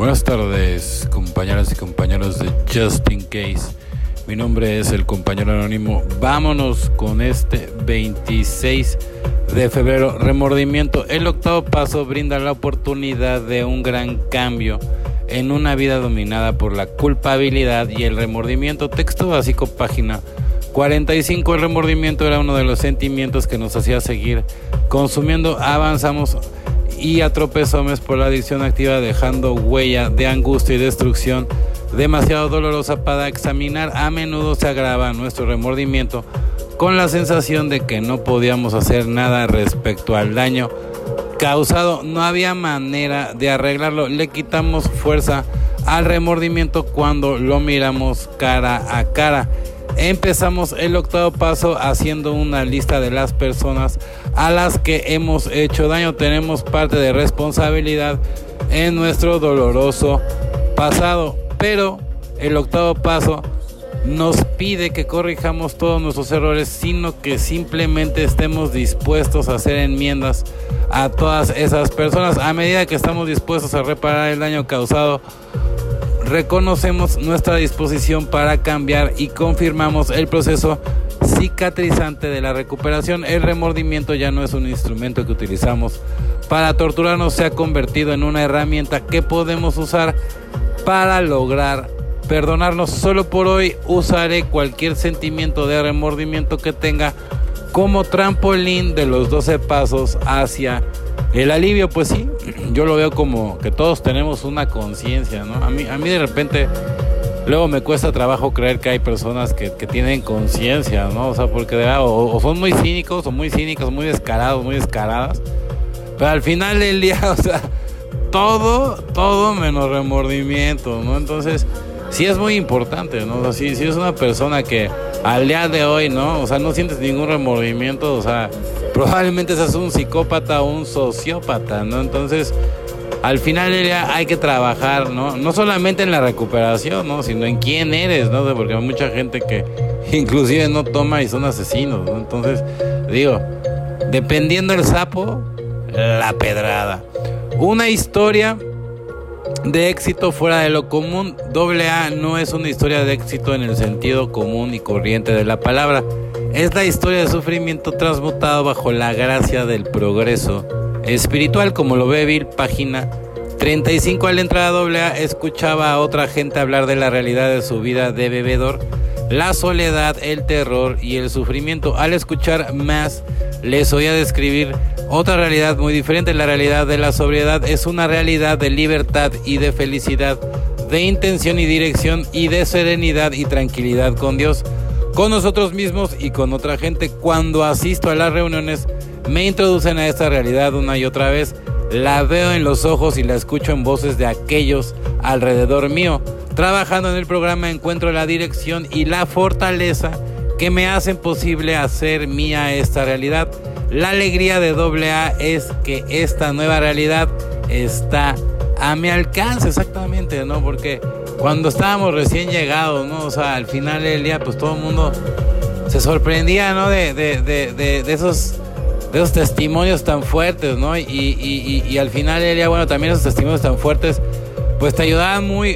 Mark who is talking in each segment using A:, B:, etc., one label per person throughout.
A: Buenas tardes, compañeras y compañeros de Just In Case. Mi nombre es el compañero anónimo. Vámonos con este 26 de febrero. Remordimiento. El octavo paso brinda la oportunidad de un gran cambio en una vida dominada por la culpabilidad y el remordimiento. Texto básico, página 45. El remordimiento era uno de los sentimientos que nos hacía seguir consumiendo. Avanzamos y a tropezones por la adicción activa, dejando huella de angustia y destrucción demasiado dolorosa para examinar. A menudo se agrava nuestro remordimiento con la sensación de que no podíamos hacer nada respecto al daño causado. No había manera de arreglarlo. Le quitamos fuerza al remordimiento cuando lo miramos cara a cara. Empezamos el octavo paso haciendo una lista de las personas a las que hemos hecho daño. Tenemos parte de responsabilidad en nuestro doloroso pasado, pero el octavo paso nos pide que corrijamos todos nuestros errores, sino que simplemente estemos dispuestos a hacer enmiendas a todas esas personas. A medida que estamos dispuestos a reparar el daño causado, reconocemos nuestra disposición para cambiar y confirmamos el proceso cicatrizante de la recuperación. El remordimiento ya no es un instrumento que utilizamos para torturarnos, se ha convertido en una herramienta que podemos usar para lograr perdonarnos. Solo por hoy usaré cualquier sentimiento de remordimiento que tenga como trampolín de los 12 pasos hacia el alivio. Pues sí, yo lo veo como que todos tenemos una conciencia, ¿no? A mí de repente luego me cuesta trabajo creer que hay personas que tienen conciencia, ¿no? O sea, porque o son muy cínicos, o muy cínicas, muy descarados, muy descaradas. Pero al final del día, o sea, todo menos remordimiento, ¿no? Entonces, sí es muy importante, ¿no? O sea, si es una persona que al día de hoy, ¿no? O sea, no sientes ningún remordimiento, o sea, probablemente seas un psicópata o un sociópata, ¿no? Entonces, al final del día hay que trabajar, ¿no? No solamente en la recuperación, ¿no? Sino en quién eres, ¿no? Porque hay mucha gente que inclusive no toma y son asesinos, ¿no? Entonces, digo, dependiendo del sapo, la pedrada. Una historia de éxito fuera de lo común. AA no es una historia de éxito en el sentido común y corriente de la palabra. Es la historia de sufrimiento transmutado bajo la gracia del progreso espiritual, como lo ve Bill, página 35. Al entrar a AA, escuchaba a otra gente hablar de la realidad de su vida de bebedor, la soledad, el terror y el sufrimiento. Al escuchar más, les oía describir otra realidad muy diferente. La realidad de la sobriedad es una realidad de libertad y de felicidad, de intención y dirección, y de serenidad y tranquilidad con Dios, con nosotros mismos y con otra gente. Cuando asisto a las reuniones, me introducen a esta realidad una y otra vez. La veo en los ojos y la escucho en voces de aquellos alrededor mío. Trabajando en el programa encuentro la dirección y la fortaleza que me hacen posible hacer mía esta realidad. La alegría de AA es que esta nueva realidad está a mi alcance, exactamente, ¿no? Porque cuando estábamos recién llegados, ¿no? O sea, al final del día, pues todo el mundo se sorprendía, ¿no? De esos testimonios tan fuertes, ¿no? Y al final del día, bueno, también esos testimonios tan fuertes, pues te ayudaban muy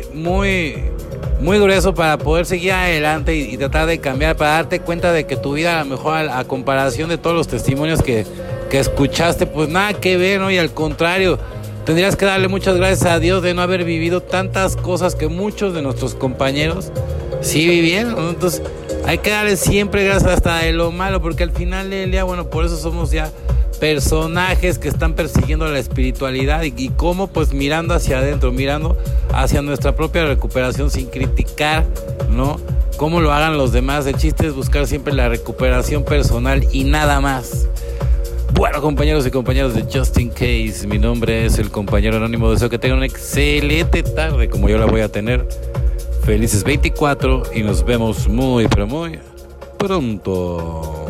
A: grueso para poder seguir adelante y tratar de cambiar, para darte cuenta de que tu vida, a lo mejor a comparación de todos los testimonios que escuchaste, pues nada que ver, ¿no? Y al contrario, tendrías que darle muchas gracias a Dios de no haber vivido tantas cosas que muchos de nuestros compañeros sí vivieron, ¿no? Entonces hay que darle siempre gracias hasta de lo malo, porque al final del día, bueno, por eso somos ya personajes que están persiguiendo la espiritualidad y cómo, pues mirando hacia adentro, mirando hacia nuestra propia recuperación sin criticar, ¿no? Cómo lo hagan los demás. El chiste es buscar siempre la recuperación personal y nada más. Bueno, compañeros y compañeras de Just In Case, mi nombre es el compañero anónimo. Deseo que tengan una excelente tarde como yo la voy a tener. Felices 24 y nos vemos muy pero muy pronto.